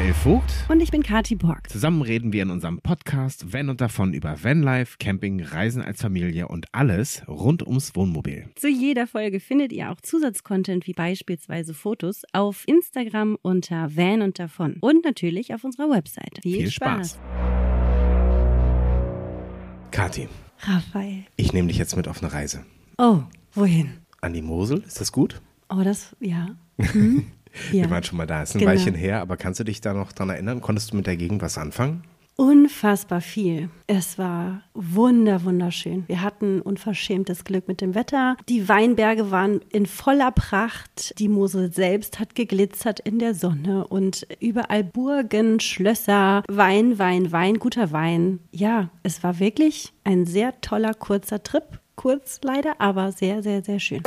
Raphael Vogt. Und ich bin Kathi Borg. Zusammen reden wir in unserem Podcast Van und davon über Vanlife, Camping, Reisen als Familie und alles rund ums Wohnmobil. Zu jeder Folge findet ihr auch Zusatzcontent wie beispielsweise Fotos auf Instagram unter Van und davon und natürlich auf unserer Website. Viel Spaß. Kathi. Raphael. Ich nehme dich jetzt mit auf eine Reise. Oh, wohin? An die Mosel, ist das gut? Oh, ja. Wir waren schon mal da, ist ein Weilchen her, aber kannst du dich da noch dran erinnern? Konntest du mit der Gegend was anfangen? Unfassbar viel. Es war wunderschön. Wir hatten unverschämtes Glück mit dem Wetter. Die Weinberge waren in voller Pracht. Die Mosel selbst hat geglitzert in der Sonne und überall Burgen, Schlösser, Wein, guter Wein. Ja, es war wirklich ein sehr toller, kurzer Trip. Kurz leider, aber sehr, sehr, sehr schön.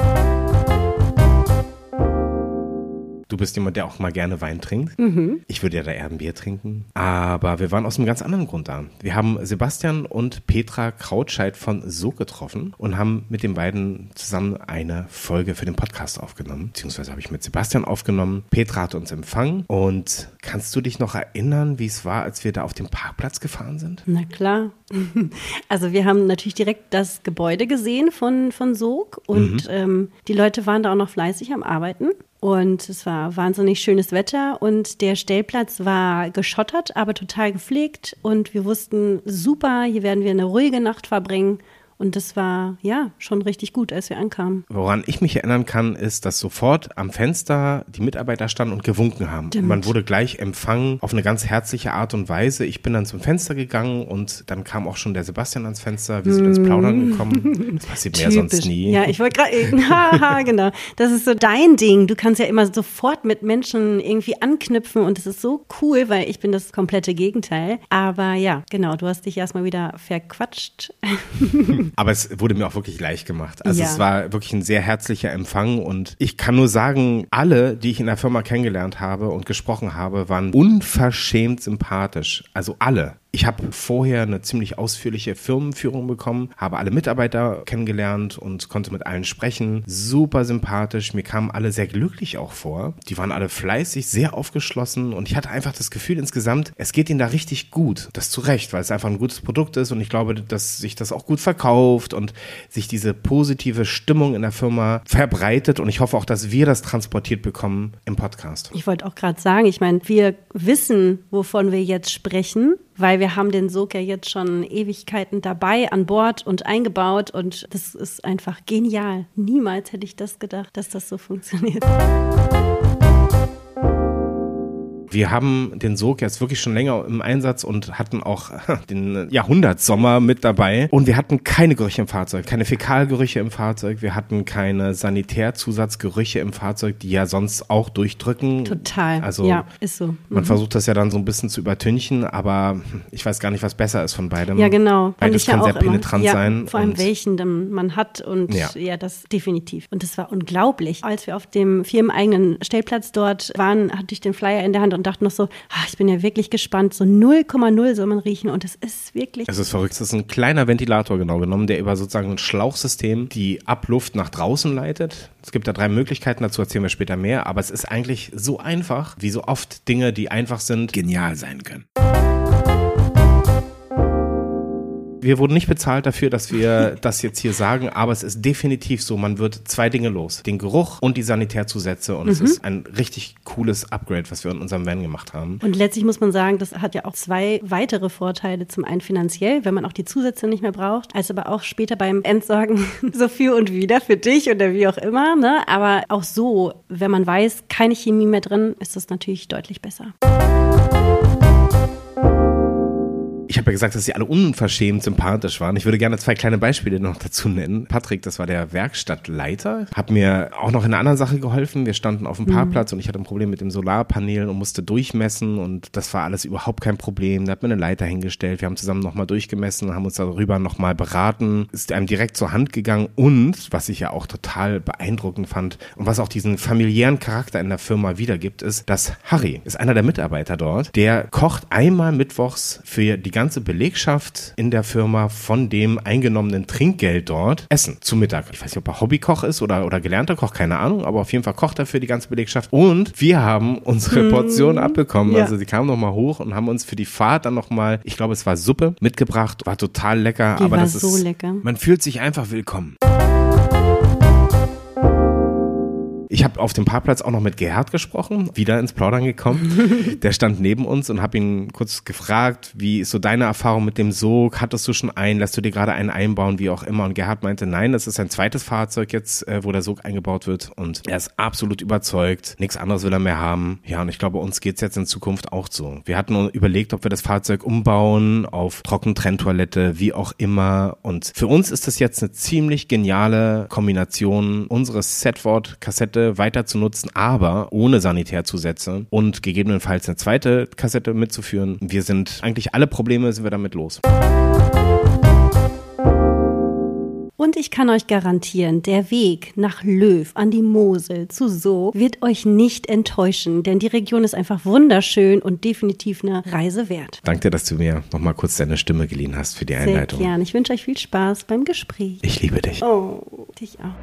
Du bist jemand, der auch mal gerne Wein trinkt. Ich würde ja da eher ein Bier trinken. Aber wir waren aus einem ganz anderen Grund da. Wir haben Sebastian und Petra Krautscheid von Sog getroffen und haben mit den beiden zusammen eine Folge für den Podcast aufgenommen. Beziehungsweise habe ich mit Sebastian aufgenommen. Petra hat uns empfangen. Und kannst du dich noch erinnern, wie es war, als wir da auf dem Parkplatz gefahren sind? Na klar. Also wir haben natürlich direkt das Gebäude gesehen von Sog und die Leute waren da auch noch fleißig am Arbeiten. Und es war wahnsinnig schönes Wetter und der Stellplatz war geschottert, aber total gepflegt. Und wir wussten, super, hier werden wir eine ruhige Nacht verbringen. Und das war, ja, schon richtig gut, als wir ankamen. Woran ich mich erinnern kann, ist, dass sofort am Fenster die Mitarbeiter standen und gewunken haben. Stimmt. Man wurde gleich empfangen auf eine ganz herzliche Art und Weise. Ich bin dann zum Fenster gegangen und dann kam auch schon der Sebastian ans Fenster. Wir sind ins Plaudern gekommen. Das passiert mir ja sonst nie. Ja, ich wollte gerade, genau. Das ist so dein Ding. Du kannst ja immer sofort mit Menschen irgendwie anknüpfen und das ist so cool, weil ich bin das komplette Gegenteil. Aber ja, genau, du hast dich erstmal wieder verquatscht. Aber es wurde mir auch wirklich leicht gemacht. Also ja. Es war wirklich ein sehr herzlicher Empfang und ich kann nur sagen, alle, die ich in der Firma kennengelernt habe und gesprochen habe, waren unverschämt sympathisch. Also alle. Ich habe vorher eine ziemlich ausführliche Firmenführung bekommen, habe alle Mitarbeiter kennengelernt und konnte mit allen sprechen. Super sympathisch, mir kamen alle sehr glücklich auch vor. Die waren alle fleißig, sehr aufgeschlossen und ich hatte einfach das Gefühl insgesamt, es geht ihnen da richtig gut. Das zu Recht, weil es einfach ein gutes Produkt ist und ich glaube, dass sich das auch gut verkauft und sich diese positive Stimmung in der Firma verbreitet und ich hoffe auch, dass wir das transportiert bekommen im Podcast. Ich wollte auch gerade sagen, ich meine, wir wissen, wovon wir jetzt sprechen, weil wir haben den Sog ja jetzt schon Ewigkeiten dabei, an Bord und eingebaut und das ist einfach genial. Niemals hätte ich das gedacht, dass das so funktioniert. Wir haben den Sog jetzt wirklich schon länger im Einsatz und hatten auch den Jahrhundertsommer mit dabei. Und wir hatten keine Gerüche im Fahrzeug, keine Fäkalgerüche im Fahrzeug. Wir hatten keine Sanitärzusatzgerüche im Fahrzeug, die ja sonst auch durchdrücken. Total, also, ja, ist so. Man versucht das ja dann so ein bisschen zu übertünchen, aber ich weiß gar nicht, was besser ist von beidem. Ja, genau. Beides kann sehr penetrant sein. Vor allem welchen man hat und ja, das definitiv. Und das war unglaublich. Als wir auf dem firmeneigenen Stellplatz dort waren, hatte ich den Flyer in der Hand und dachte noch so, ich bin ja wirklich gespannt, so 0,0 soll man riechen und es ist wirklich... Es ist verrückt, es ist ein kleiner Ventilator genau genommen, der über sozusagen ein Schlauchsystem die Abluft nach draußen leitet. Es gibt da 3 Möglichkeiten, dazu erzählen wir später mehr, aber es ist eigentlich so einfach, wie so oft Dinge, die einfach sind, genial sein können. Wir wurden nicht bezahlt dafür, dass wir das jetzt hier sagen, aber es ist definitiv so, man wird 2 Dinge los. Den Geruch und die Sanitärzusätze und es ist ein richtig cooles Upgrade, was wir in unserem Van gemacht haben. Und letztlich muss man sagen, das hat ja auch 2 weitere Vorteile. Zum einen finanziell, wenn man auch die Zusätze nicht mehr braucht, als aber auch später beim Entsorgen so für und wieder für dich oder wie auch immer. Ne? Aber auch so, wenn man weiß, keine Chemie mehr drin, ist das natürlich deutlich besser. Ich habe ja gesagt, dass sie alle unverschämt sympathisch waren. Ich würde gerne 2 kleine Beispiele noch dazu nennen. Patrick, das war der Werkstattleiter, hat mir auch noch in einer anderen Sache geholfen. Wir standen auf dem Parkplatz und ich hatte ein Problem mit dem Solarpanel und musste durchmessen und das war alles überhaupt kein Problem. Da hat mir eine Leiter hingestellt. Wir haben zusammen nochmal durchgemessen, haben uns darüber nochmal beraten. Ist einem direkt zur Hand gegangen und, was ich ja auch total beeindruckend fand und was auch diesen familiären Charakter in der Firma wiedergibt, ist, dass Harry ist einer der Mitarbeiter dort, der kocht einmal mittwochs für die ganze Belegschaft in der Firma von dem eingenommenen Trinkgeld dort essen zum Mittag. Ich weiß nicht, ob er Hobbykoch ist oder gelernter Koch, keine Ahnung, aber auf jeden Fall kocht er für die ganze Belegschaft. Und wir haben unsere Portion abbekommen. Ja. Also sie kamen nochmal hoch und haben uns für die Fahrt dann nochmal, ich glaube, es war Suppe mitgebracht. War total lecker. Aber das ist so lecker. Man fühlt sich einfach willkommen. Ich habe auf dem Parkplatz auch noch mit Gerhard gesprochen, wieder ins Plaudern gekommen. Der stand neben uns und habe ihn kurz gefragt, wie ist so deine Erfahrung mit dem Sog? Hattest du schon einen? Lässt du dir gerade einen einbauen, wie auch immer? Und Gerhard meinte, nein, das ist sein zweites Fahrzeug jetzt, wo der Sog eingebaut wird. Und er ist absolut überzeugt. Nichts anderes will er mehr haben. Ja, und ich glaube, uns geht's jetzt in Zukunft auch so. Wir hatten überlegt, ob wir das Fahrzeug umbauen auf Trockentrenntoilette, wie auch immer. Und für uns ist das jetzt eine ziemlich geniale Kombination, unsere Setwort-Kassette weiter zu nutzen, aber ohne Sanitärzusätze und gegebenenfalls eine zweite Kassette mitzuführen. Wir sind eigentlich alle Probleme sind wir damit los. Und ich kann euch garantieren, der Weg nach Löw an die Mosel zu Sog wird euch nicht enttäuschen, denn die Region ist einfach wunderschön und definitiv eine Reise wert. Danke, dass du mir noch mal kurz deine Stimme geliehen hast für die Einleitung. Sehr gerne. Ich wünsche euch viel Spaß beim Gespräch. Ich liebe dich. Oh, dich auch.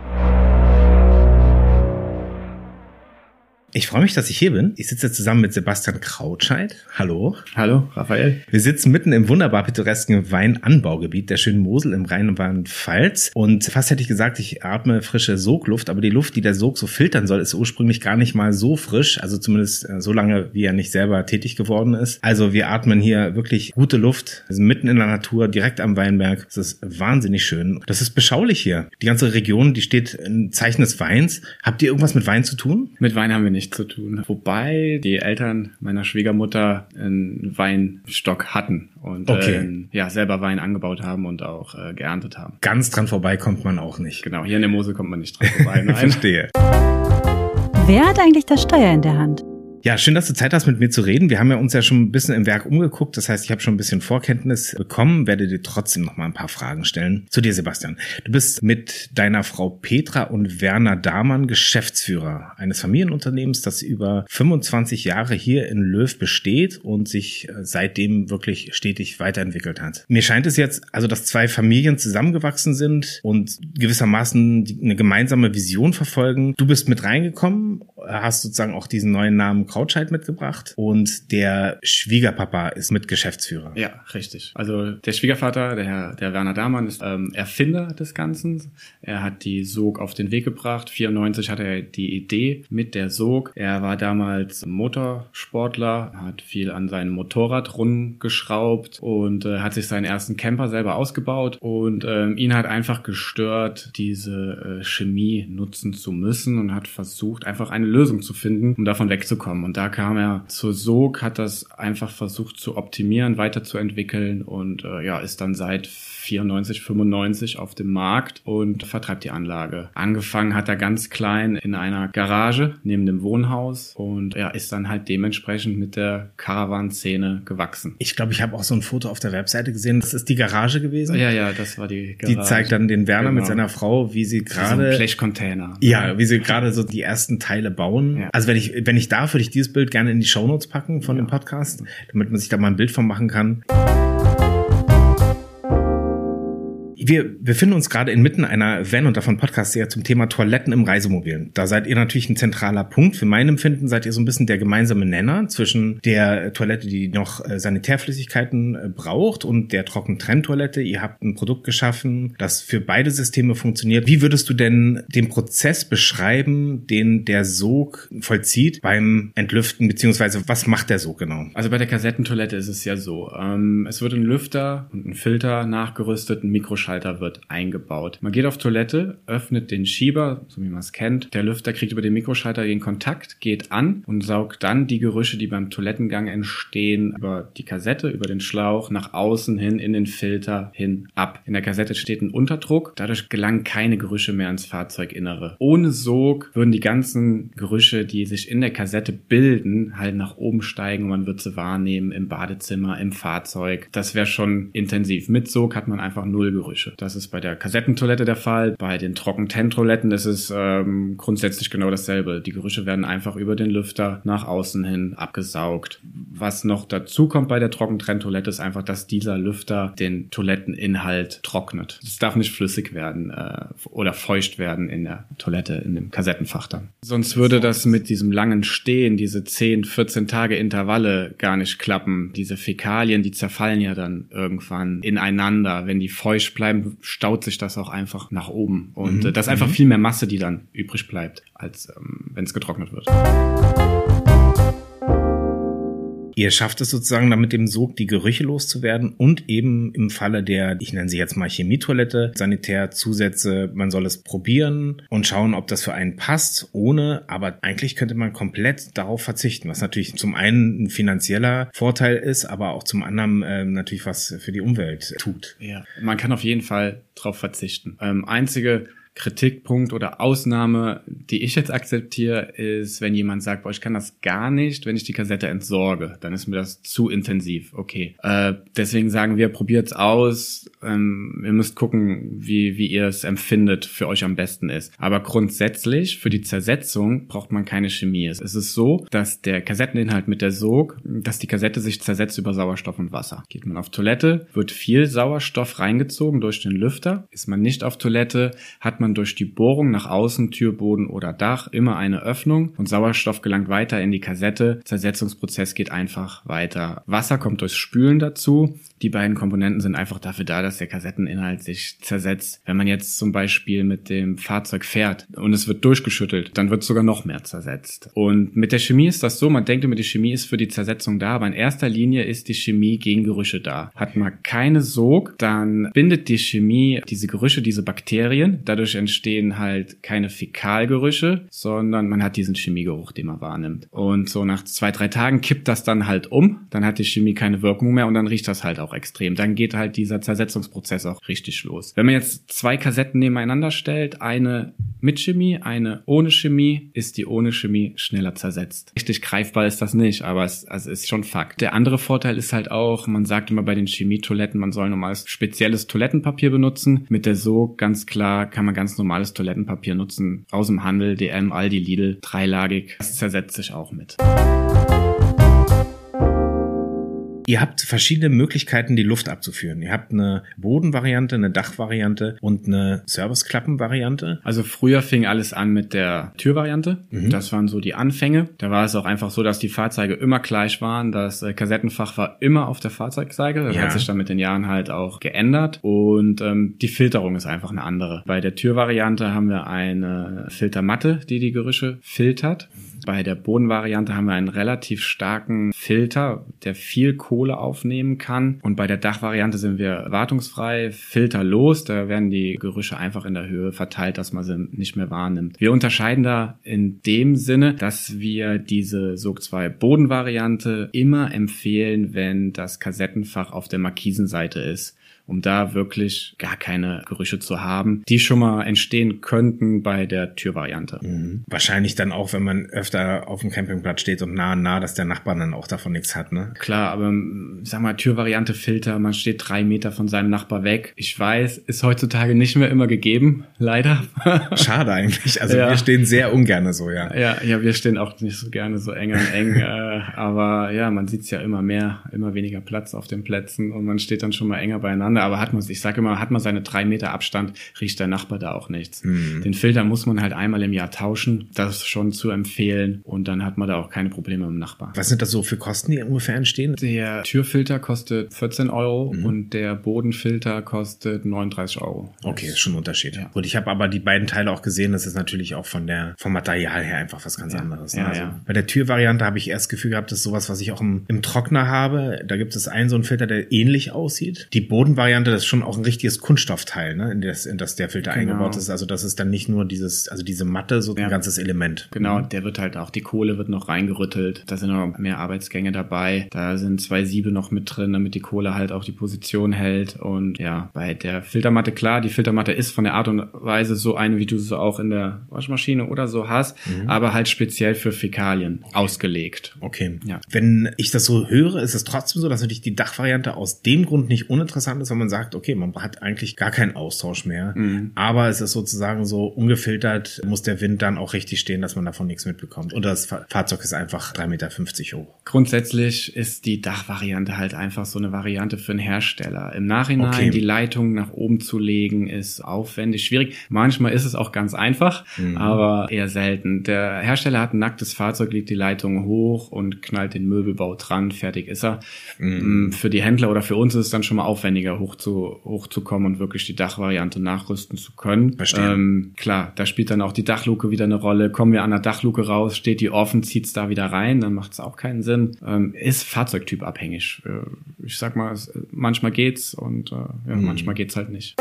Ich freue mich, dass ich hier bin. Ich sitze zusammen mit Sebastian Krautscheid. Hallo. Hallo, Raphael. Wir sitzen mitten im wunderbar pittoresken Weinanbaugebiet der schönen Mosel im Rheinland-Pfalz. Und fast hätte ich gesagt, ich atme frische Sogluft. Aber die Luft, die der Sog so filtern soll, ist ursprünglich gar nicht mal so frisch. Also zumindest so lange, wie er nicht selber tätig geworden ist. Also wir atmen hier wirklich gute Luft. Wir sind mitten in der Natur, direkt am Weinberg. Das ist wahnsinnig schön. Das ist beschaulich hier. Die ganze Region, die steht im Zeichen des Weins. Habt ihr irgendwas mit Wein zu tun? Mit Wein haben wir nicht zu tun. Wobei die Eltern meiner Schwiegermutter einen Weinstock hatten und selber Wein angebaut haben und auch geerntet haben. Ganz dran vorbei kommt man auch nicht. Genau, hier in der Mosel kommt man nicht dran vorbei. Nein. Verstehe. Wer hat eigentlich das Steuer in der Hand? Ja, schön, dass du Zeit hast, mit mir zu reden. Wir haben ja uns ja schon ein bisschen im Werk umgeguckt. Das heißt, ich habe schon ein bisschen Vorkenntnis bekommen, werde dir trotzdem noch mal ein paar Fragen stellen. Zu dir, Sebastian. Du bist mit deiner Frau Petra und Werner Damann Geschäftsführer eines Familienunternehmens, das über 25 Jahre hier in Löw besteht und sich seitdem wirklich stetig weiterentwickelt hat. Mir scheint es jetzt, also dass zwei Familien zusammengewachsen sind und gewissermaßen eine gemeinsame Vision verfolgen. Du bist mit reingekommen, hast sozusagen auch diesen neuen Namen Krautscheid mitgebracht und der Schwiegerpapa ist mit Geschäftsführer. Ja, richtig. Also der Schwiegervater, der Werner Damann, ist Erfinder des Ganzen. Er hat die Sog auf den Weg gebracht. 1994 hatte er die Idee mit der Sog. Er war damals Motorsportler, hat viel an seinem Motorrad rumgeschraubt und hat sich seinen ersten Camper selber ausgebaut und ihn hat einfach gestört, diese Chemie nutzen zu müssen und hat versucht, einfach eine Lösung zu finden, um davon wegzukommen. Und da kam er zur Sog, hat das einfach versucht zu optimieren, weiterzuentwickeln und ist dann seit 94, 95 auf dem Markt und vertreibt die Anlage. Angefangen hat er ganz klein in einer Garage neben dem Wohnhaus und ist dann halt dementsprechend mit der Caravan-Szene gewachsen. Ich glaube, ich habe auch so ein Foto auf der Webseite gesehen. Das ist die Garage gewesen? Ja, das war die Garage. Die zeigt dann den Werner mit seiner Frau, wie sie gerade... So ein Blechcontainer. Ja, wie sie gerade so die ersten Teile bauen. Ja. Also wenn ich darf, würde ich dieses Bild gerne in die Shownotes packen von dem Podcast, damit man sich da mal ein Bild von machen kann. Wir befinden uns gerade inmitten einer Van- und davon Podcast-Serie zum Thema Toiletten im Reisemobil. Da seid ihr natürlich ein zentraler Punkt. Für mein Empfinden seid ihr so ein bisschen der gemeinsame Nenner zwischen der Toilette, die noch Sanitärflüssigkeiten braucht, und der Trockentrenntoilette. Ihr habt ein Produkt geschaffen, das für beide Systeme funktioniert. Wie würdest du denn den Prozess beschreiben, den der Sog vollzieht beim Entlüften, beziehungsweise was macht der Sog genau? Also bei der Kassettentoilette ist es ja so, es wird ein Lüfter und ein Filter nachgerüstet, ein Mikroschalter wird eingebaut. Man geht auf Toilette, öffnet den Schieber, so wie man es kennt. Der Lüfter kriegt über den Mikroschalter den Kontakt, geht an und saugt dann die Gerüche, die beim Toilettengang entstehen, über die Kassette, über den Schlauch, nach außen hin, in den Filter hin, ab. In der Kassette steht ein Unterdruck, dadurch gelangen keine Gerüche mehr ins Fahrzeuginnere. Ohne Sog würden die ganzen Gerüche, die sich in der Kassette bilden, halt nach oben steigen und man wird sie wahrnehmen im Badezimmer, im Fahrzeug. Das wäre schon intensiv. Mit Sog hat man einfach null Gerüche. Gerüche. Das ist bei der Kassettentoilette der Fall. Bei den Trockentrenntoiletten ist es grundsätzlich genau dasselbe. Die Gerüche werden einfach über den Lüfter nach außen hin abgesaugt. Was noch dazu kommt bei der Trockentrenntoilette ist einfach, dass dieser Lüfter den Toiletteninhalt trocknet. Es darf nicht flüssig werden oder feucht werden in der Toilette, in dem Kassettenfach dann. Sonst würde das mit diesem langen Stehen, diese 10, 14 Tage Intervalle gar nicht klappen. Diese Fäkalien, die zerfallen ja dann irgendwann ineinander. Wenn die feucht bleiben, staut sich das auch einfach nach oben. Und das ist einfach viel mehr Masse, die dann übrig bleibt, als wenn es getrocknet wird. Ihr schafft es sozusagen, dann mit dem Sog die Gerüche loszuwerden und eben im Falle der, ich nenne sie jetzt mal Chemietoilette, Sanitärzusätze, man soll es probieren und schauen, ob das für einen passt, aber eigentlich könnte man komplett darauf verzichten, was natürlich zum einen ein finanzieller Vorteil ist, aber auch zum anderen natürlich was für die Umwelt tut. Ja, man kann auf jeden Fall drauf verzichten. Einzige Kritikpunkt oder Ausnahme, die ich jetzt akzeptiere, ist, wenn jemand sagt, boah, ich kann das gar nicht, wenn ich die Kassette entsorge, dann ist mir das zu intensiv. Okay, deswegen sagen wir, probiert's aus, ihr müsst gucken, wie ihr es empfindet, für euch am besten ist. Aber grundsätzlich, für die Zersetzung braucht man keine Chemie. Es ist so, dass der Kassetteninhalt mit der Sog, dass die Kassette sich zersetzt über Sauerstoff und Wasser. Geht man auf Toilette, wird viel Sauerstoff reingezogen durch den Lüfter. Ist man nicht auf Toilette, hat man durch die Bohrung nach außen, Tür, Boden oder Dach immer eine Öffnung und Sauerstoff gelangt weiter in die Kassette. Zersetzungsprozess geht einfach weiter. Wasser kommt durchs Spülen dazu. Die beiden Komponenten sind einfach dafür da, dass der Kassetteninhalt sich zersetzt. Wenn man jetzt zum Beispiel mit dem Fahrzeug fährt und es wird durchgeschüttelt, dann wird es sogar noch mehr zersetzt. Und mit der Chemie ist das so, man denkt immer, die Chemie ist für die Zersetzung da, aber in erster Linie ist die Chemie gegen Gerüche da. Hat man keine Sog, dann bindet die Chemie diese Gerüche, diese Bakterien. Dadurch entstehen halt keine Fäkalgerüche, sondern man hat diesen Chemiegeruch, den man wahrnimmt. Und so nach 2-3 Tagen kippt das dann halt um, dann hat die Chemie keine Wirkung mehr und dann riecht das halt auch extrem. Dann geht halt dieser Zersetzungsprozess auch richtig los. Wenn man jetzt 2 Kassetten nebeneinander stellt, eine mit Chemie, eine ohne Chemie, ist die ohne Chemie schneller zersetzt. Richtig greifbar ist das nicht, aber es ist schon Fakt. Der andere Vorteil ist halt auch, man sagt immer bei den Chemietoiletten, man soll normales spezielles Toilettenpapier benutzen. Mit der Sog ganz klar kann man ganz normales Toilettenpapier nutzen. Aus dem Handel, DM, Aldi, Lidl, dreilagig. Das zersetzt sich auch mit. Ihr habt verschiedene Möglichkeiten, die Luft abzuführen. Ihr habt eine Bodenvariante, eine Dachvariante und eine Serviceklappenvariante. Also früher fing alles an mit der Türvariante. Das waren so die Anfänge. Da war es auch einfach so, dass die Fahrzeuge immer gleich waren. Das Kassettenfach war immer auf der Fahrzeugseite. Das hat sich dann mit den Jahren halt auch geändert. Und die Filterung ist einfach eine andere. Bei der Türvariante haben wir eine Filtermatte, die Gerüche filtert. Bei der Bodenvariante haben wir einen relativ starken Filter, der viel Kohle aufnehmen kann. Und bei der Dachvariante sind wir wartungsfrei, filterlos. Da werden die Gerüche einfach in der Höhe verteilt, dass man sie nicht mehr wahrnimmt. Wir unterscheiden da in dem Sinne, dass wir diese Sog 2 Bodenvariante immer empfehlen, wenn das Kassettenfach auf der Markisenseite ist, um da wirklich gar keine Gerüche zu haben, die schon mal entstehen könnten bei der Türvariante. Wahrscheinlich dann auch, wenn man öfter auf dem Campingplatz steht und nah, dass der Nachbar dann auch davon nichts hat, ne? Klar, aber ich sag mal, Türvariante, Filter, man steht 3 Meter von seinem Nachbar weg. Ich weiß, ist heutzutage nicht mehr immer gegeben, leider. Schade eigentlich, also wir stehen sehr ungern so, ja. Ja, wir stehen auch nicht so gerne so eng an eng, aber ja, man sieht's ja immer weniger Platz auf den Plätzen und man steht dann schon mal enger beieinander. Aber hat man seine 3 Meter Abstand, riecht der Nachbar da auch nichts. Den Filter muss man halt einmal im Jahr tauschen. Das ist schon zu empfehlen. Und dann hat man da auch keine Probleme mit dem Nachbar. Was sind das so für Kosten, die ungefähr entstehen? Der Türfilter kostet 14 € und der Bodenfilter kostet 39 €. Okay, ist schon ein Unterschied. Ja. Gut, ich habe aber die beiden Teile auch gesehen. Das ist natürlich auch vom Material her einfach was ganz anderes. Ne? Also bei der Türvariante habe ich erst das Gefühl gehabt, das ist sowas, was ich auch im Trockner habe. Da gibt es einen so einen Filter, der ähnlich aussieht. Die Bodenvariante, das ist schon auch ein richtiges Kunststoffteil, ne, in das der Filter eingebaut ist. Also das ist dann nicht nur diese Matte, so ein ganzes Element. Genau, der wird halt auch, die Kohle wird noch reingerüttelt. Da sind noch mehr Arbeitsgänge dabei. Da sind 2 Siebe noch mit drin, damit die Kohle halt auch die Position hält. Und ja, bei der Filtermatte, klar, die Filtermatte ist von der Art und Weise so eine, wie du sie auch in der Waschmaschine oder so hast, aber halt speziell für Fäkalien ausgelegt. Okay. Ja. Wenn ich das so höre, ist es trotzdem so, dass natürlich die Dachvariante aus dem Grund nicht uninteressant ist, wenn man sagt, okay, man hat eigentlich gar keinen Austausch mehr, aber es ist sozusagen so ungefiltert, muss der Wind dann auch richtig stehen, dass man davon nichts mitbekommt. Und das Fahrzeug ist einfach 3,50 Meter hoch. Grundsätzlich ist die Dachvariante halt einfach so eine Variante für einen Hersteller. Im Nachhinein die Leitung nach oben zu legen, ist aufwendig, schwierig. Manchmal ist es auch ganz einfach, aber eher selten. Der Hersteller hat ein nacktes Fahrzeug, legt die Leitung hoch und knallt den Möbelbau dran, fertig ist er. Für die Händler oder für uns ist es dann schon mal aufwendiger, hochzukommen und wirklich die Dachvariante nachrüsten zu können. Klar, da spielt dann auch die Dachluke wieder eine Rolle. Kommen wir an der Dachluke raus, steht die offen, zieht's da wieder rein, dann macht es auch keinen Sinn. Ist Fahrzeugtyp abhängig. Ich sag mal, manchmal geht's und manchmal geht's halt nicht.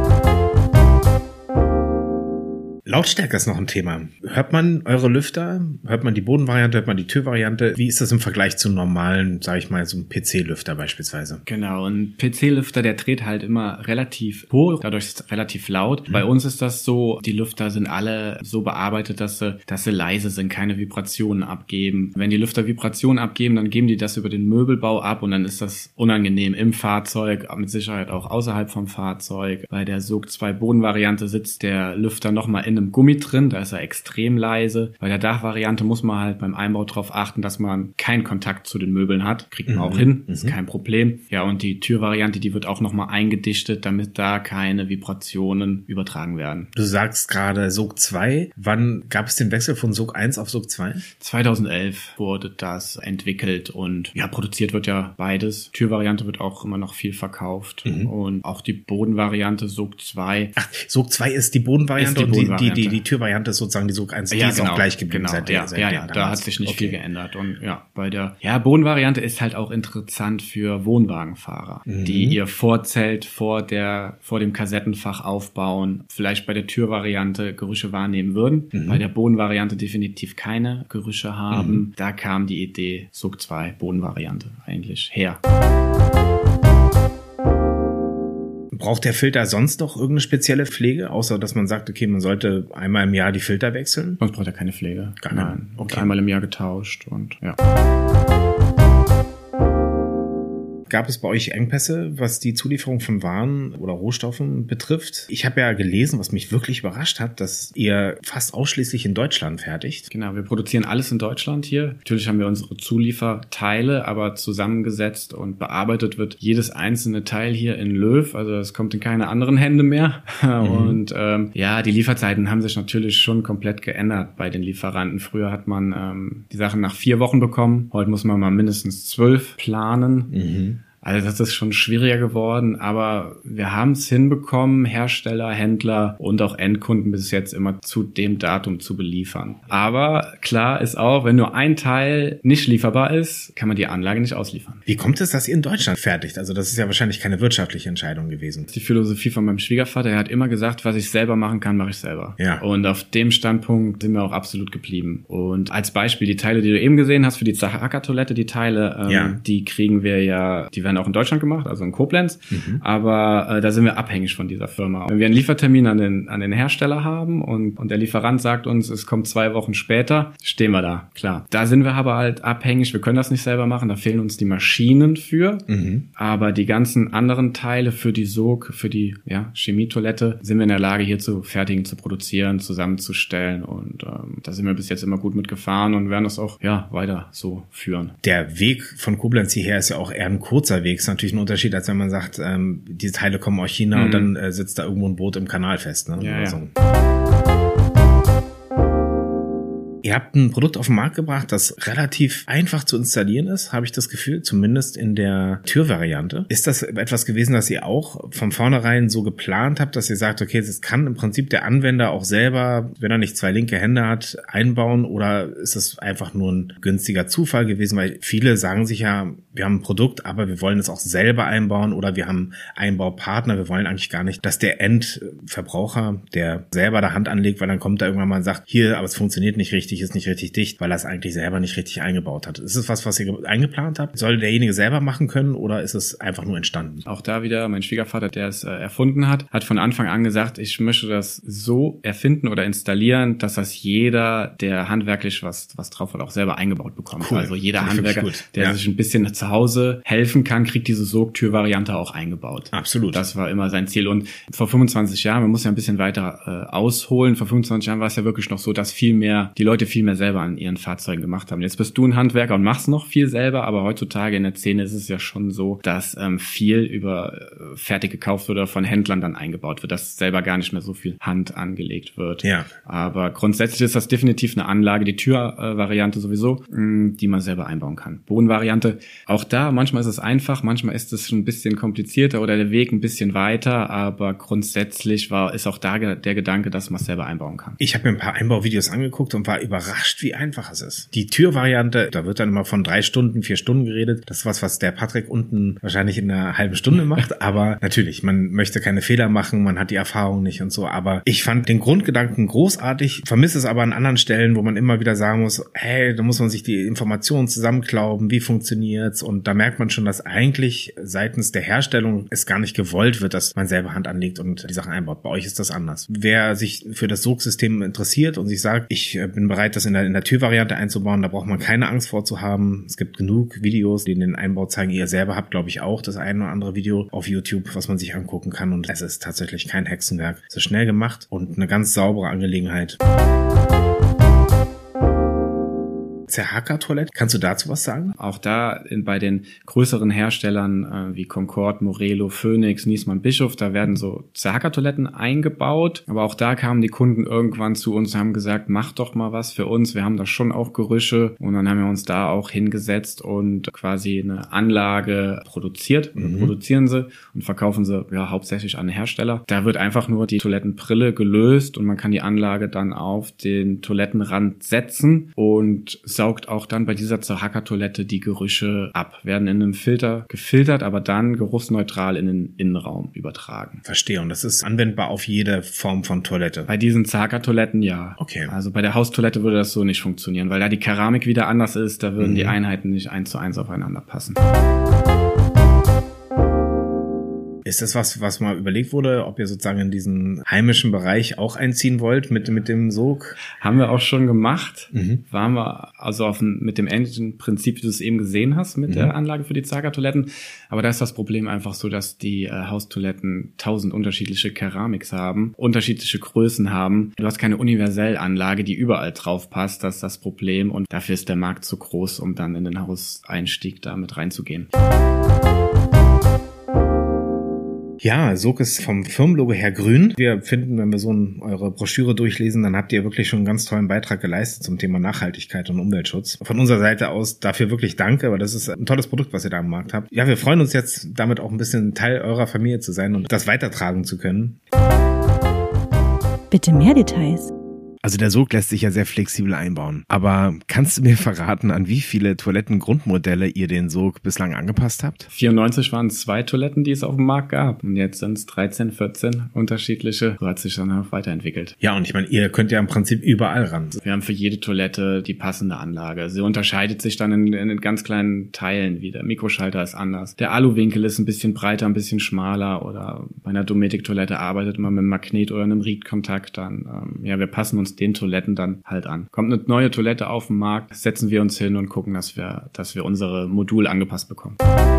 Lautstärke ist noch ein Thema. Hört man eure Lüfter? Hört man die Bodenvariante? Hört man die Türvariante? Wie ist das im Vergleich zu normalen, sage ich mal, so einem PC-Lüfter beispielsweise? Genau, ein PC-Lüfter, der dreht halt immer relativ hoch, dadurch ist es relativ laut. Bei uns ist das so, die Lüfter sind alle so bearbeitet, dass sie leise sind, keine Vibrationen abgeben. Wenn die Lüfter Vibrationen abgeben, dann geben die das über den Möbelbau ab und dann ist das unangenehm im Fahrzeug, mit Sicherheit auch außerhalb vom Fahrzeug. Bei der SOG 2 Bodenvariante sitzt der Lüfter nochmal in einem Gummi drin, da ist er extrem leise. Bei der Dachvariante muss man halt beim Einbau darauf achten, dass man keinen Kontakt zu den Möbeln hat. Kriegt man auch hin, ist kein Problem. Ja, und die Türvariante, die wird auch nochmal eingedichtet, damit da keine Vibrationen übertragen werden. Du sagst gerade SOG 2. Wann gab es den Wechsel von SOG 1 auf SOG 2? 2011 wurde das entwickelt und ja, produziert wird ja beides. Türvariante wird auch immer noch viel verkauft und auch die Bodenvariante SOG 2. Ach, SOG 2 ist die Bodenvariante und die Türvariante ist sozusagen die SOG 1, die ist auch gleich geblieben seit da hat sich nicht viel geändert. Und ja, bei der Bodenvariante ist halt auch interessant für Wohnwagenfahrer, die ihr Vorzelt vor dem Kassettenfach aufbauen, vielleicht bei der Türvariante Gerüche wahrnehmen würden, bei der Bodenvariante definitiv keine Gerüche haben. Da kam die Idee SOG 2 Bodenvariante eigentlich her. Braucht der Filter sonst noch irgendeine spezielle Pflege, außer dass man sagt, okay, man sollte einmal im Jahr die Filter wechseln? Sonst braucht er keine Pflege. Nein. Okay. Einmal im Jahr getauscht und ja. Gab es bei euch Engpässe, was die Zulieferung von Waren oder Rohstoffen betrifft? Ich habe ja gelesen, was mich wirklich überrascht hat, dass ihr fast ausschließlich in Deutschland fertigt. Genau, wir produzieren alles in Deutschland hier. Natürlich haben wir unsere Zulieferteile, aber zusammengesetzt und bearbeitet wird jedes einzelne Teil hier in Löw. Also es kommt in keine anderen Hände mehr. Und die Lieferzeiten haben sich natürlich schon komplett geändert bei den Lieferanten. Früher hat man die Sachen nach 4 Wochen bekommen. Heute muss man mal mindestens 12 planen. Also das ist schon schwieriger geworden, aber wir haben es hinbekommen, Hersteller, Händler und auch Endkunden bis jetzt immer zu dem Datum zu beliefern. Aber klar ist auch, wenn nur ein Teil nicht lieferbar ist, kann man die Anlage nicht ausliefern. Wie kommt es, dass ihr in Deutschland fertigt? Also das ist ja wahrscheinlich keine wirtschaftliche Entscheidung gewesen. Das ist die Philosophie von meinem Schwiegervater. Er hat immer gesagt, was ich selber machen kann, mache ich selber. Ja. Und auf dem Standpunkt sind wir auch absolut geblieben. Und als Beispiel, die Teile, die du eben gesehen hast für die Zacher-Acker-Toilette, die Teile, die kriegen wir ja, die werden auch in Deutschland gemacht, also in Koblenz, aber da sind wir abhängig von dieser Firma. Wenn wir einen Liefertermin an den Hersteller haben und der Lieferant sagt uns, es kommt 2 Wochen später, stehen wir da, klar. Da sind wir aber halt abhängig, wir können das nicht selber machen, da fehlen uns die Maschinen für, aber die ganzen anderen Teile für die SOG, für die Chemietoilette, sind wir in der Lage, hier zu fertigen, zu produzieren, zusammenzustellen und da sind wir bis jetzt immer gut mitgefahren und werden das auch weiter so führen. Der Weg von Koblenz hierher ist ja auch eher ein kurzer Weg. Ist natürlich ein Unterschied, als wenn man sagt, diese Teile kommen aus China und dann sitzt da irgendwo ein Boot im Kanal fest. Ne? Ja, also. Ihr habt ein Produkt auf den Markt gebracht, das relativ einfach zu installieren ist, habe ich das Gefühl, zumindest in der Türvariante. Ist das etwas gewesen, das ihr auch von vornherein so geplant habt, dass ihr sagt, okay, das kann im Prinzip der Anwender auch selber, wenn er nicht 2 linke Hände hat, einbauen, oder ist das einfach nur ein günstiger Zufall gewesen? Weil viele sagen sich ja, wir haben ein Produkt, aber wir wollen es auch selber einbauen oder wir haben Einbaupartner, wir wollen eigentlich gar nicht, dass der Endverbraucher, der selber da Hand anlegt, weil dann kommt er irgendwann mal und sagt, hier, aber es funktioniert nicht richtig, richtig, ist nicht richtig dicht, weil er es eigentlich selber nicht richtig eingebaut hat. Ist es was ihr eingeplant habt? Soll derjenige selber machen können oder ist es einfach nur entstanden? Auch da wieder mein Schwiegervater, der es erfunden hat von Anfang an gesagt, ich möchte das so erfinden oder installieren, dass das jeder, der handwerklich was drauf hat, auch selber eingebaut bekommt. Cool. Also jeder Handwerker, der sich ein bisschen zu Hause helfen kann, kriegt diese Sogtür-Variante auch eingebaut. Absolut. Das war immer sein Ziel. Und vor 25 Jahren, man muss ja ein bisschen weiter ausholen, vor 25 Jahren war es ja wirklich noch so, dass die Leute viel mehr selber an ihren Fahrzeugen gemacht haben. Jetzt bist du ein Handwerker und machst noch viel selber, aber heutzutage in der Szene ist es ja schon so, dass viel über fertig gekauft wird oder von Händlern dann eingebaut wird, dass selber gar nicht mehr so viel Hand angelegt wird. Ja. Aber grundsätzlich ist das definitiv eine Anlage, die Türvariante sowieso, die man selber einbauen kann. Bodenvariante, auch da, manchmal ist es einfach, manchmal ist es schon ein bisschen komplizierter oder der Weg ein bisschen weiter, aber grundsätzlich ist auch da der Gedanke, dass man es selber einbauen kann. Ich habe mir ein paar Einbauvideos angeguckt und war überrascht, wie einfach es ist. Die Türvariante, da wird dann immer von 3 Stunden, 4 Stunden geredet. Das ist was der Patrick unten wahrscheinlich in einer halben Stunde macht. Aber natürlich, man möchte keine Fehler machen, man hat die Erfahrung nicht und so. Aber ich fand den Grundgedanken großartig, vermisse es aber an anderen Stellen, wo man immer wieder sagen muss, hey, da muss man sich die Informationen zusammenklauben, wie funktioniert's? Und da merkt man schon, dass eigentlich seitens der Herstellung es gar nicht gewollt wird, dass man selber Hand anlegt und die Sachen einbaut. Bei euch ist das anders. Wer sich für das Sogsystem interessiert und sich sagt, ich bin bereit, das in der Türvariante einzubauen, da braucht man keine Angst vor zu haben. Es gibt genug Videos, die den Einbau zeigen. Ihr selber habt, glaube ich, auch das ein oder andere Video auf YouTube, was man sich angucken kann. Und es ist tatsächlich kein Hexenwerk. Es ist schnell gemacht und eine ganz saubere Angelegenheit. Zerhacker-Toilette. Kannst du dazu was sagen? Auch da bei den größeren Herstellern wie Concord, Morelo, Phoenix, Niesmann, Bischof, da werden so Zerhacker-Toiletten eingebaut. Aber auch da kamen die Kunden irgendwann zu uns und haben gesagt, mach doch mal was für uns. Wir haben da schon auch Gerüche. Und dann haben wir uns da auch hingesetzt und quasi eine Anlage produziert. Produzieren sie und verkaufen sie hauptsächlich an Hersteller. Da wird einfach nur die Toilettenbrille gelöst und man kann die Anlage dann auf den Toilettenrand setzen und saugt auch dann bei dieser Zerhacker-Toilette die Gerüche ab. Werden in einem Filter gefiltert, aber dann geruchsneutral in den Innenraum übertragen. Verstehe. Und das ist anwendbar auf jede Form von Toilette? Bei diesen Zerhacker-Toiletten ja. Okay. Also bei der Haustoilette würde das so nicht funktionieren, weil da die Keramik wieder anders ist. Da würden die Einheiten nicht 1:1 aufeinander passen. Ist das was mal überlegt wurde, ob ihr sozusagen in diesen heimischen Bereich auch einziehen wollt mit dem Sog? Haben wir auch schon gemacht. Waren wir also mit dem ähnlichen Prinzip, wie du es eben gesehen hast, mit der Anlage für die Zerhacker-Toiletten. Aber da ist das Problem einfach so, dass die Haustoiletten 1000 unterschiedliche Keramiks haben, unterschiedliche Größen haben. Du hast keine Universellanlage, die überall drauf passt. Das ist das Problem. Und dafür ist der Markt zu groß, um dann in den Hauseinstieg da mit reinzugehen. Ja, Sog ist vom Firmenlogo her grün. Wir finden, wenn wir eure Broschüre durchlesen, dann habt ihr wirklich schon einen ganz tollen Beitrag geleistet zum Thema Nachhaltigkeit und Umweltschutz. Von unserer Seite aus dafür wirklich danke, weil das ist ein tolles Produkt, was ihr da am Markt habt. Ja, wir freuen uns jetzt damit auch ein bisschen Teil eurer Familie zu sein und das weitertragen zu können. Bitte mehr Details. Also der Sog lässt sich ja sehr flexibel einbauen. Aber kannst du mir verraten, an wie viele Toilettengrundmodelle ihr den Sog bislang angepasst habt? 94 waren es 2 Toiletten, die es auf dem Markt gab. Und jetzt sind es 13, 14 unterschiedliche. So hat sich dann auch weiterentwickelt. Ja, und ich meine, ihr könnt ja im Prinzip überall ran. Wir haben für jede Toilette die passende Anlage. Sie unterscheidet sich dann in ganz kleinen Teilen wieder. Der Mikroschalter ist anders. Der Aluwinkel ist ein bisschen breiter, ein bisschen schmaler. Oder bei einer Dometic-Toilette arbeitet man mit einem Magnet oder einem Riedkontakt. Dann, wir passen uns den Toiletten dann halt an. Kommt eine neue Toilette auf den Markt, setzen wir uns hin und gucken, dass wir unsere Module angepasst bekommen.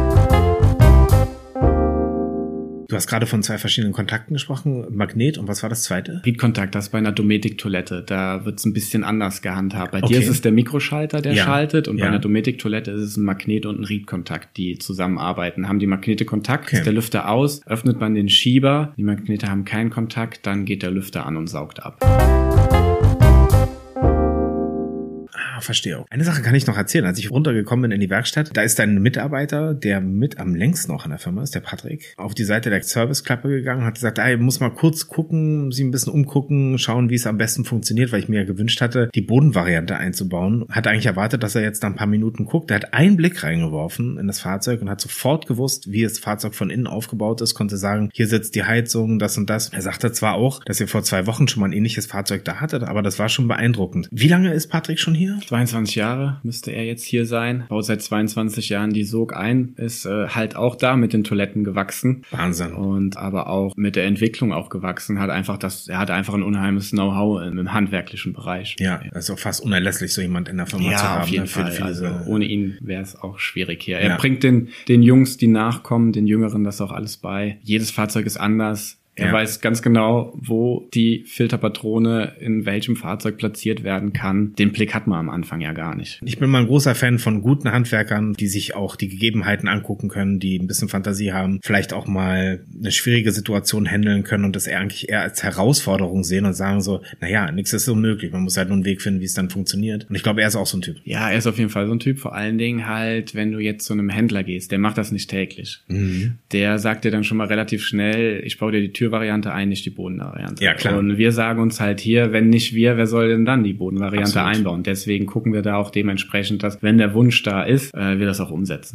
Du hast gerade von 2 verschiedenen Kontakten gesprochen, Magnet und was war das zweite? Riedkontakt, das ist bei einer Dometic-Toilette. Da wird es ein bisschen anders gehandhabt. Bei dir ist es der Mikroschalter, der schaltet und bei einer Dometic-Toilette ist es ein Magnet und ein Riedkontakt, die zusammenarbeiten. Haben die Magnete Kontakt, ist der Lüfter aus, öffnet man den Schieber, die Magnete haben keinen Kontakt, dann geht der Lüfter an und saugt ab. verstehe. Eine Sache kann ich noch erzählen. Als ich runtergekommen bin in die Werkstatt, da ist ein Mitarbeiter, der mit am längsten noch in der Firma ist, der Patrick, auf die Seite der Serviceklappe gegangen und hat gesagt, ich muss mal kurz gucken, sie ein bisschen umgucken, schauen, wie es am besten funktioniert, weil ich mir ja gewünscht hatte, die Bodenvariante einzubauen. Hat eigentlich erwartet, dass er jetzt da ein paar Minuten guckt. Er hat einen Blick reingeworfen in das Fahrzeug und hat sofort gewusst, wie das Fahrzeug von innen aufgebaut ist, konnte sagen, hier sitzt die Heizung, das und das. Er sagte zwar auch, dass ihr vor 2 Wochen schon mal ein ähnliches Fahrzeug da hattet, aber das war schon beeindruckend. Wie lange ist Patrick schon hier? 22 Jahre müsste er jetzt hier sein. Baut seit 22 Jahren die Sog ein, ist halt auch da mit den Toiletten gewachsen. Wahnsinn. Und aber auch mit der Entwicklung auch gewachsen. Er hat einfach ein unheimliches Know-how im handwerklichen Bereich. Ja, das ist auch fast unerlässlich, so jemand in der Firma zu haben. Auf jeden Fall. Also ohne ihn wäre es auch schwierig hier. Er bringt den Jungs, die nachkommen, den Jüngeren, das auch alles bei. Jedes Fahrzeug ist anders. Er weiß ganz genau, wo die Filterpatrone in welchem Fahrzeug platziert werden kann. Den Blick hat man am Anfang ja gar nicht. Ich bin mal ein großer Fan von guten Handwerkern, die sich auch die Gegebenheiten angucken können, die ein bisschen Fantasie haben, vielleicht auch mal eine schwierige Situation handeln können und das eigentlich eher als Herausforderung sehen und sagen so, nichts ist unmöglich. Man muss halt nur einen Weg finden, wie es dann funktioniert. Und ich glaube, er ist auch so ein Typ. Ja, er ist auf jeden Fall so ein Typ. Vor allen Dingen halt, wenn du jetzt zu einem Händler gehst, der macht das nicht täglich. Mhm. Der sagt dir dann schon mal relativ schnell, ich baue dir die Türvariante ein, nicht die Bodenvariante. Ja, klar. Und wir sagen uns halt hier, wenn nicht wir, wer soll denn dann die Bodenvariante einbauen? Deswegen gucken wir da auch dementsprechend, dass, wenn der Wunsch da ist, wir das auch umsetzen.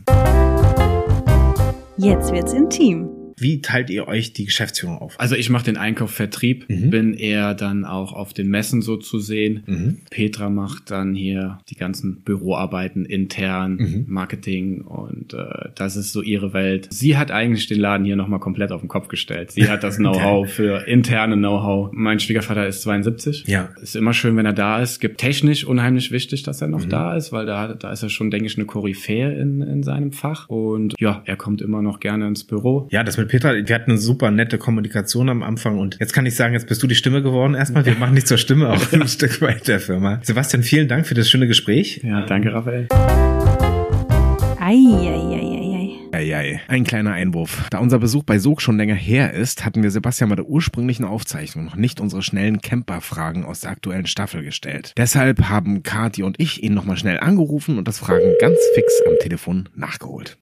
Jetzt wird's intim. Wie teilt ihr euch die Geschäftsführung auf? Also ich mache den Einkauf, Vertrieb, bin eher dann auch auf den Messen so zu sehen. Mhm. Petra macht dann hier die ganzen Büroarbeiten intern, Marketing und das ist so ihre Welt. Sie hat eigentlich den Laden hier nochmal komplett auf den Kopf gestellt. Sie hat das Know-how für interne Know-how. Mein Schwiegervater ist 72. Ja. Ist immer schön, wenn er da ist. Gibt technisch unheimlich wichtig, dass er noch da ist, weil da ist er schon, denke ich, eine Koryphäe in seinem Fach. Und ja, er kommt immer noch gerne ins Büro. Ja, das mit Petra, wir hatten eine super nette Kommunikation am Anfang und jetzt kann ich sagen, jetzt bist du die Stimme geworden erstmal. Wir machen dich zur Stimme auch ein Stück weit der Firma. Sebastian, vielen Dank für das schöne Gespräch. Ja, danke, Raphael. Ein kleiner Einwurf. Da unser Besuch bei Sog schon länger her ist, hatten wir Sebastian bei der ursprünglichen Aufzeichnung noch nicht unsere schnellen Camper-Fragen aus der aktuellen Staffel gestellt. Deshalb haben Kathi und ich ihn nochmal schnell angerufen und das Fragen ganz fix am Telefon nachgeholt.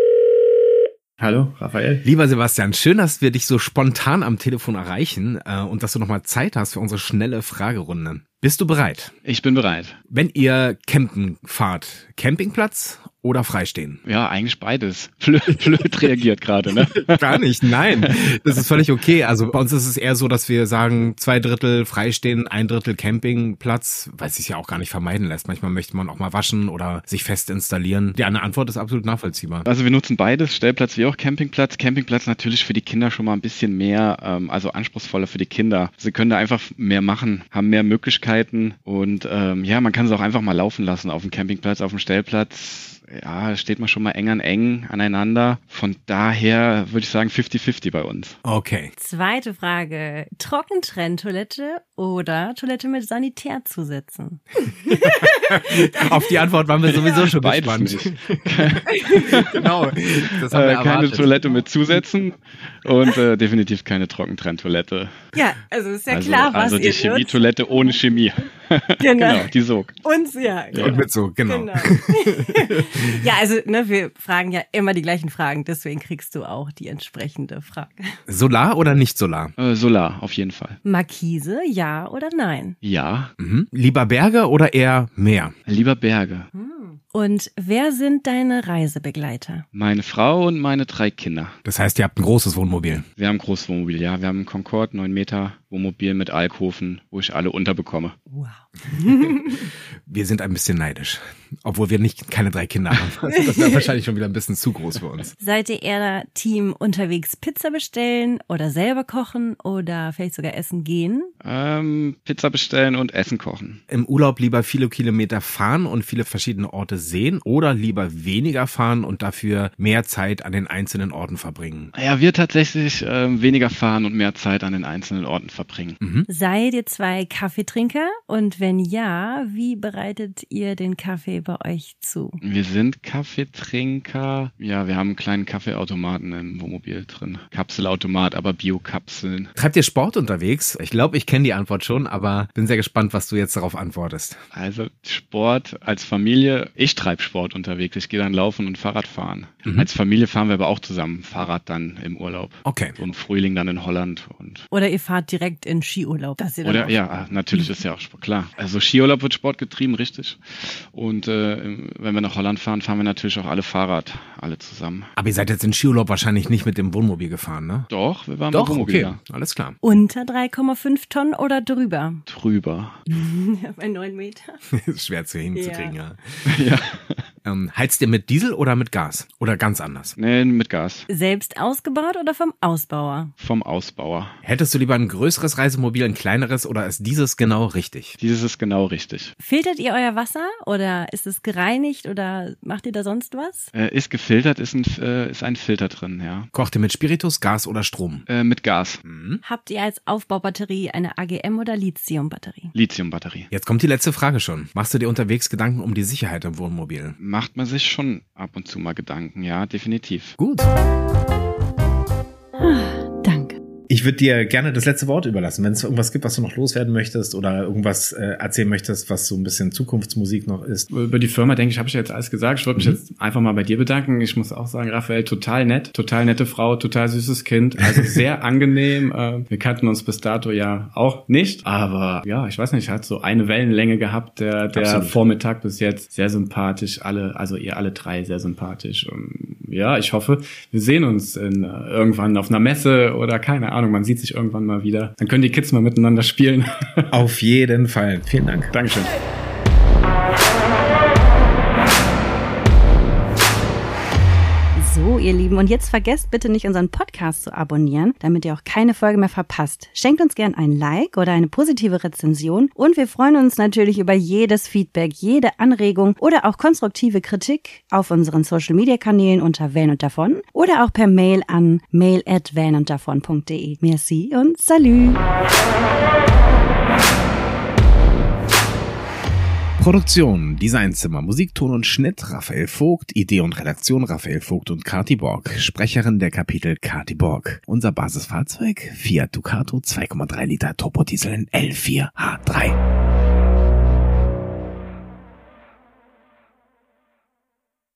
Hallo, Raphael. Lieber Sebastian, schön, dass wir dich so spontan am Telefon erreichen und dass du nochmal Zeit hast für unsere schnelle Fragerunde. Bist du bereit? Ich bin bereit. Wenn ihr campen fahrt, Campingplatz oder freistehen? Ja, eigentlich beides. Blöd reagiert gerade, ne? Gar nicht, nein. Das ist völlig okay. Also bei uns ist es eher so, dass wir sagen, 2/3 freistehen, 1/3 Campingplatz, weil es sich ja auch gar nicht vermeiden lässt. Manchmal möchte man auch mal waschen oder sich fest installieren. Die eine Antwort ist absolut nachvollziehbar. Also wir nutzen beides, Stellplatz wie auch Campingplatz. Campingplatz natürlich für die Kinder schon mal ein bisschen mehr, also anspruchsvoller für die Kinder. Sie können da einfach mehr machen, haben mehr Möglichkeiten und man kann es auch einfach mal laufen lassen auf dem Campingplatz, auf dem Stellplatz. Ja, steht man schon mal eng an eng aneinander. Von daher würde ich sagen 50-50 bei uns. Okay. Zweite Frage. Trockentrenntoilette oder Toilette mit Sanitärzusätzen? Auf die Antwort waren wir sowieso schon beides gespannt. Nicht. Genau. Das haben wir keine erwartet. Toilette mit Zusätzen und definitiv keine Trockentrenntoilette. Ja, also ist ja klar, was also die ihr Chemietoilette ohne Chemie. Genau, die Sog. Uns, ja. Und mit Sog, genau. Ja, also wir fragen ja immer die gleichen Fragen, deswegen kriegst du auch die entsprechende Frage. Solar oder nicht Solar? Solar, auf jeden Fall. Markise, ja oder nein? Ja. Mhm. Lieber Berge oder eher Meer? Lieber Berge. Und wer sind deine Reisebegleiter? Meine Frau und meine 3 Kinder. Das heißt, ihr habt ein großes Wohnmobil? Wir haben ein großes Wohnmobil, ja. Wir haben ein Concorde 9 Meter Wohnmobil mit Alkoven, wo ich alle unterbekomme. Wow. Wir sind ein bisschen neidisch, obwohl wir keine 3 Kinder haben. Also das wäre wahrscheinlich schon wieder ein bisschen zu groß für uns. Seid ihr eher Team unterwegs Pizza bestellen oder selber kochen oder vielleicht sogar essen gehen? Pizza bestellen und Essen kochen. Im Urlaub lieber viele Kilometer fahren und viele verschiedene Orte sehen oder lieber weniger fahren und dafür mehr Zeit an den einzelnen Orten verbringen? Ja, wir tatsächlich weniger fahren und mehr Zeit an den einzelnen Orten verbringen. verbringen. Seid ihr 2 Kaffeetrinker? Und wenn ja, wie bereitet ihr den Kaffee bei euch zu? Wir sind Kaffeetrinker. Ja, wir haben einen kleinen Kaffeeautomaten im Wohnmobil drin. Kapselautomat, aber Bio-Kapseln. Treibt ihr Sport unterwegs? Ich glaube, ich kenne die Antwort schon, aber bin sehr gespannt, was du jetzt darauf antwortest. Also Sport als Familie, ich treibe Sport unterwegs. Ich gehe dann laufen und Fahrrad fahren. Als Familie fahren wir aber auch zusammen Fahrrad dann im Urlaub. Okay. Im Frühling dann in Holland. Oder ihr fahrt direkt in Skiurlaub. Dass ihr Oder ja, natürlich ist ja auch Sport, klar. Also Skiurlaub wird Sport getrieben, richtig. Und wenn wir nach Holland fahren, fahren wir natürlich auch alle Fahrrad, alle zusammen. Aber ihr seid jetzt in Skiurlaub wahrscheinlich nicht mit dem Wohnmobil gefahren, ne? Doch, wir waren Doch, mit Wohnmobil. okay, alles klar. Unter 3,5 Tonnen oder drüber? Drüber. Bei 9 Meter. Ist schwer zu hinzukriegen, ja. Ja. Heizt ihr mit Diesel oder mit Gas? Oder ganz anders? Nee, mit Gas. Selbst ausgebaut oder vom Ausbauer? Vom Ausbauer. Hättest du lieber ein größeres Reisemobil, ein kleineres oder ist dieses genau richtig? Dieses ist genau richtig. Filtert ihr euer Wasser oder ist es gereinigt oder macht ihr da sonst was? Ist gefiltert, ist ein Filter drin, ja. Kocht ihr mit Spiritus, Gas oder Strom? Mit Gas. Habt ihr als Aufbaubatterie eine AGM oder Lithiumbatterie? Lithiumbatterie. Jetzt kommt die letzte Frage schon. Machst du dir unterwegs Gedanken um die Sicherheit im Wohnmobil? Macht man sich schon ab und zu mal Gedanken, ja, definitiv. Gut. Danke. Ich würde dir gerne das letzte Wort überlassen, wenn es irgendwas gibt, was du noch loswerden möchtest oder irgendwas erzählen möchtest, was so ein bisschen Zukunftsmusik noch ist. Über die Firma, denke ich, habe ich jetzt alles gesagt. Ich wollte mich jetzt einfach mal bei dir bedanken. Ich muss auch sagen, Raphael, total nett, total nette Frau, total süßes Kind, also sehr angenehm. Wir kannten uns bis dato ja auch nicht, aber ja, ich weiß nicht, hat so eine Wellenlänge gehabt, der Vormittag bis jetzt. Sehr sympathisch, ihr alle 3 sehr sympathisch. Und ja, ich hoffe, wir sehen uns irgendwann auf einer Messe oder keine Ahnung, man sieht sich irgendwann mal wieder. Dann können die Kids mal miteinander spielen. Auf jeden Fall. Vielen Dank. Dankeschön. So, ihr Lieben, und jetzt vergesst bitte nicht, unseren Podcast zu abonnieren, damit ihr auch keine Folge mehr verpasst. Schenkt uns gern ein Like oder eine positive Rezension und wir freuen uns natürlich über jedes Feedback, jede Anregung oder auch konstruktive Kritik auf unseren Social-Media-Kanälen unter Van und Davon oder auch per Mail an mail@vanunddavon.de. Merci und salü! Produktion, Designzimmer, Musik, Ton und Schnitt Raphael Vogt, Idee und Redaktion Raphael Vogt und Kati Borg, Sprecherin der Kapitel Kati Borg. Unser Basisfahrzeug Fiat Ducato 2,3 Liter Turbodiesel in L4H3.